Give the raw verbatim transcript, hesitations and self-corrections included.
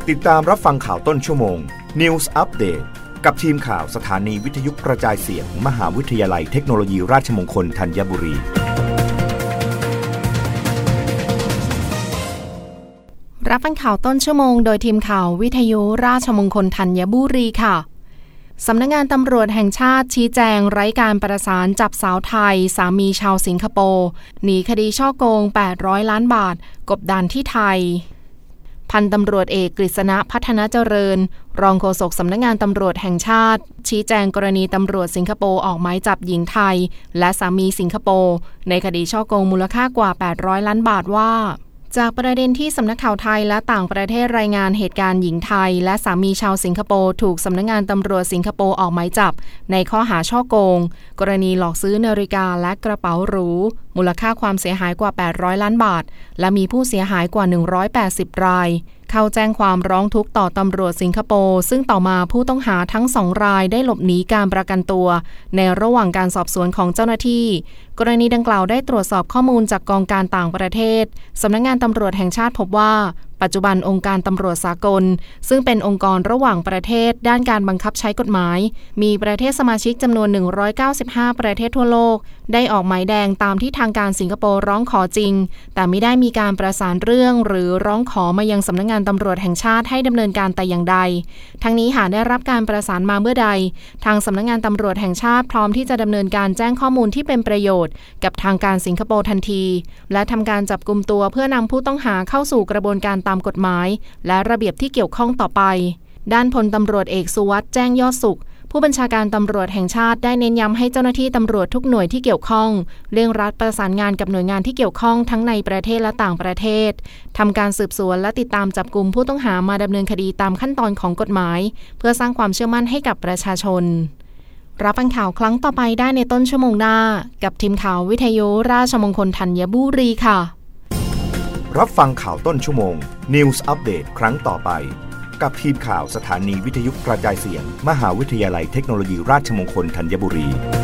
ติดตามรับฟังข่าวต้นชั่วโมง News Update กับทีมข่าวสถานีวิทยุกระจายเสียง มหาวิทยาลัยเทคโนโลยีราชมงคลธัญบุรีรับฟังข่าวต้นชั่วโมงโดยทีมข่าววิทยุราชมงคลธัญบุรีค่ะสำนักงานตำรวจแห่งชาติชี้แจงไร้การประสานจับสาวไทยสามีชาวสิงคโปร์หนีคดีฉ้อโกงแปดร้อยล้านบาทกบดานที่ไทยพันตำรวจเอกกฤษณะพัฒนาเจริญรองโฆษกสำนักงานตำรวจแห่งชาติชี้แจงกรณีตำรวจสิงคโปร์ออกหมายจับหญิงไทยและสามีสิงคโปร์ในคดีฉ้อโกงมูลค่ากว่าแปดร้อยล้านบาทว่าจากประเด็นที่สำนักข่าวไทยและต่างประเทศรายงานเหตุการณ์หญิงไทยและสามีชาวสิงคโปร์ถูกสำนักงานตำรวจสิงคโปร์ออกหมายจับในข้อหาฉ้อโกงกรณีหลอกซื้อนาฬิกาและกระเป๋าหรูมูลค่าความเสียหายกว่าแปดร้อยล้านบาทและมีผู้เสียหายกว่าหนึ่งร้อยแปดสิบรายเข้าแจ้งความร้องทุกข์ต่อตำรวจสิงคโปร์ซึ่งต่อมาผู้ต้องหาทั้งสองรายได้หลบหนีการประกันตัวในระหว่างการสอบสวนของเจ้าหน้าที่กรณีดังกล่าวได้ตรวจสอบข้อมูลจากกองการต่างประเทศสำนักงานตำรวจแห่งชาติพบว่าปัจจุบันองค์การตำรวจสากลซึ่งเป็นองค์กรระหว่างประเทศด้านการบังคับใช้กฎหมายมีประเทศสมาชิกจำนวนหนึ่งร้อยเก้าสิบห้าประเทศทั่วโลกได้ออกหมายแดงตามที่ทางการสิงคโปร์ร้องขอจริงแต่ไม่ได้มีการประสานเรื่องหรือร้องขอมายังสำนักงานตำรวจแห่งชาติให้ดำเนินการแต่อย่างใดทั้งนี้หากได้รับการประสานมาเมื่อใดทางสำนักงานตำรวจแห่งชาติพร้อมที่จะดำเนินการแจ้งข้อมูลที่เป็นประโยชน์กับทางการสิงคโปร์ทันทีและทำการจับกุมตัวเพื่อนำผู้ต้องหาเข้าสู่กระบวนการตามกฎหมายและระเบียบที่เกี่ยวข้องต่อไปด้านพลตำรวจเอกสุวัสด์แจ้งยอดสุขผู้บัญชาการตำรวจแห่งชาติได้เน้นย้ำให้เจ้าหน้าที่ตำรวจทุกหน่วยที่เกี่ยวข้องเร่งรัดประสานงานกับหน่วยงานที่เกี่ยวข้องทั้งในประเทศและต่างประเทศทำการสืบสวนและติดตามจับกุมผู้ต้องหามาดำเนินคดีตามขั้นตอนของกฎหมายเพื่อสร้างความเชื่อมั่นให้กับประชาชนรับฟังข่าวครั้งต่อไปได้ในต้นชั่วโมงหน้ากับทีมข่าววิทยุราชมงคลธัญบุรีค่ะรับฟังข่าวต้นชั่วโมง News Update ครั้งต่อไปกับทีมข่าวสถานีวิทยุกระจายเสียง มหาวิทยาลัยเทคโนโลยีราชมงคลธัญบุรี